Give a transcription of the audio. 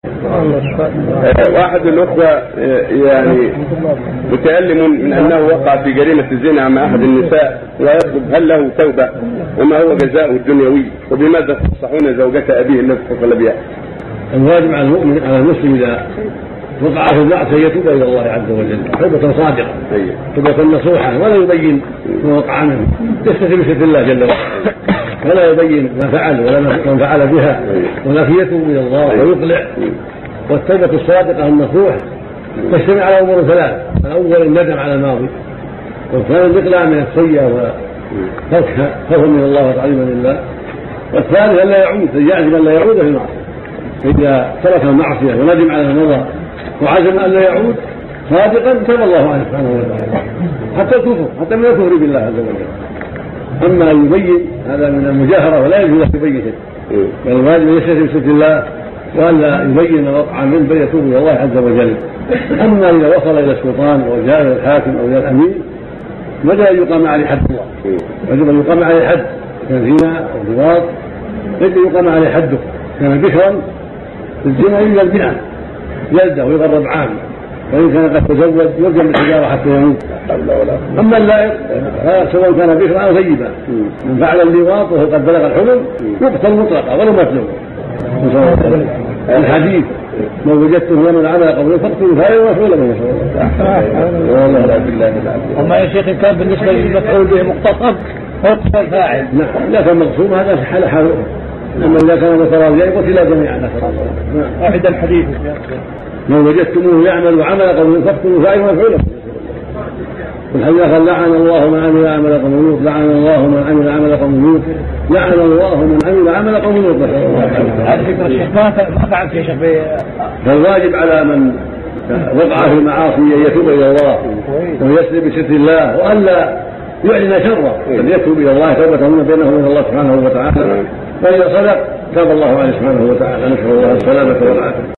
واحد الأخوة يعني متألم من أنه وقع في جريمة الزنا مع أحد النساء، ويطلب هل له توبة وما هو جزاؤه الدنيوي، وبماذا تنصحون زوجة أبيه التي اتصل بها؟ الواجب على المؤمن على المسلم إذا وقع في المعصية يتوب إلى الله عز وجل توبة صادقة توبة نصوحة، ولا يبين ما وقع منه، يستتر بستر الله جل وعلا ولا يبين ما فعل ولا من فعل بها، ولكن يتوب إلى الله ويقلع. والتوبة الصادقة النصوحة تجتمع على أمور ثلاث: الأول الندم على الماضي، والثاني الإقلاع من السيئة وتركها خوفا من الله وتعظيما لله، والثالث أن لا يعود، يعزم أن لا يعود في المعصية. إذا ترك المعصية وندم على المضى وعزم أن لا يعود صادقا تاب الله عنه سبحانه وتعالى حتى الكفر، حتى من الكفر بالله عز وجل. أما أن يبين هذا من المجاهرة ولا يجوز له يبين شيء، بل الواجب يستتر بستر الله وأن لا يبين ما وقع منه بل يتوب إلى الله عز وجل. أما إذا وصل إلى السلطان وجاء إلى الحاكم أو إلى الأمير بدأ يقام عليه حد الله، يجب أن يقام عليه حد، كان زنا أو لواط يجب أن يقام عليه حده، كان بكرا في الزنا يجلد 100 جلده ويغرب عام، وإن كان قد تزوج يرجم بالحجارة حتى يموت. أما اللائق سواء كان بكرا أو ثيبا من فعل اللواط وهو قد بلغ الحلم يقتل مطلقا ولو ما تزوج. الحديث ما وجدته يوم العمل قبل فقتل فاعل ومفعول به. والله لا بالله العظيم. أما يا شيخ كان بالنسبة للمفعول به مقتصر فقتل الفاعل. نعم، لا كان مقصود هذا في حال حاله، أما إذا كان متراضيين قتلا جميعا. واحد الحديث ما وجدتموه يعمل عمل قبل فقتل فاعل ومفعول به. والحديث قال لعن الله من عمل عمل قوم لوط، لعن الله من عمل عمل قوم لوط، لعن الله من عمل عمل قوم لوط. هذه فكرة الشيخ ما فعلت يا شيخ. فالواجب على من وقع في المعاصي ان يتوب الى الله ويسلم بستر الله والا يعلن شره، بل يتوب الى الله توبه بينه وبين الله سبحانه وتعالى، فاذا صدق تاب الله عليه سبحانه وتعالى. نسال الله السلامه والعافيه.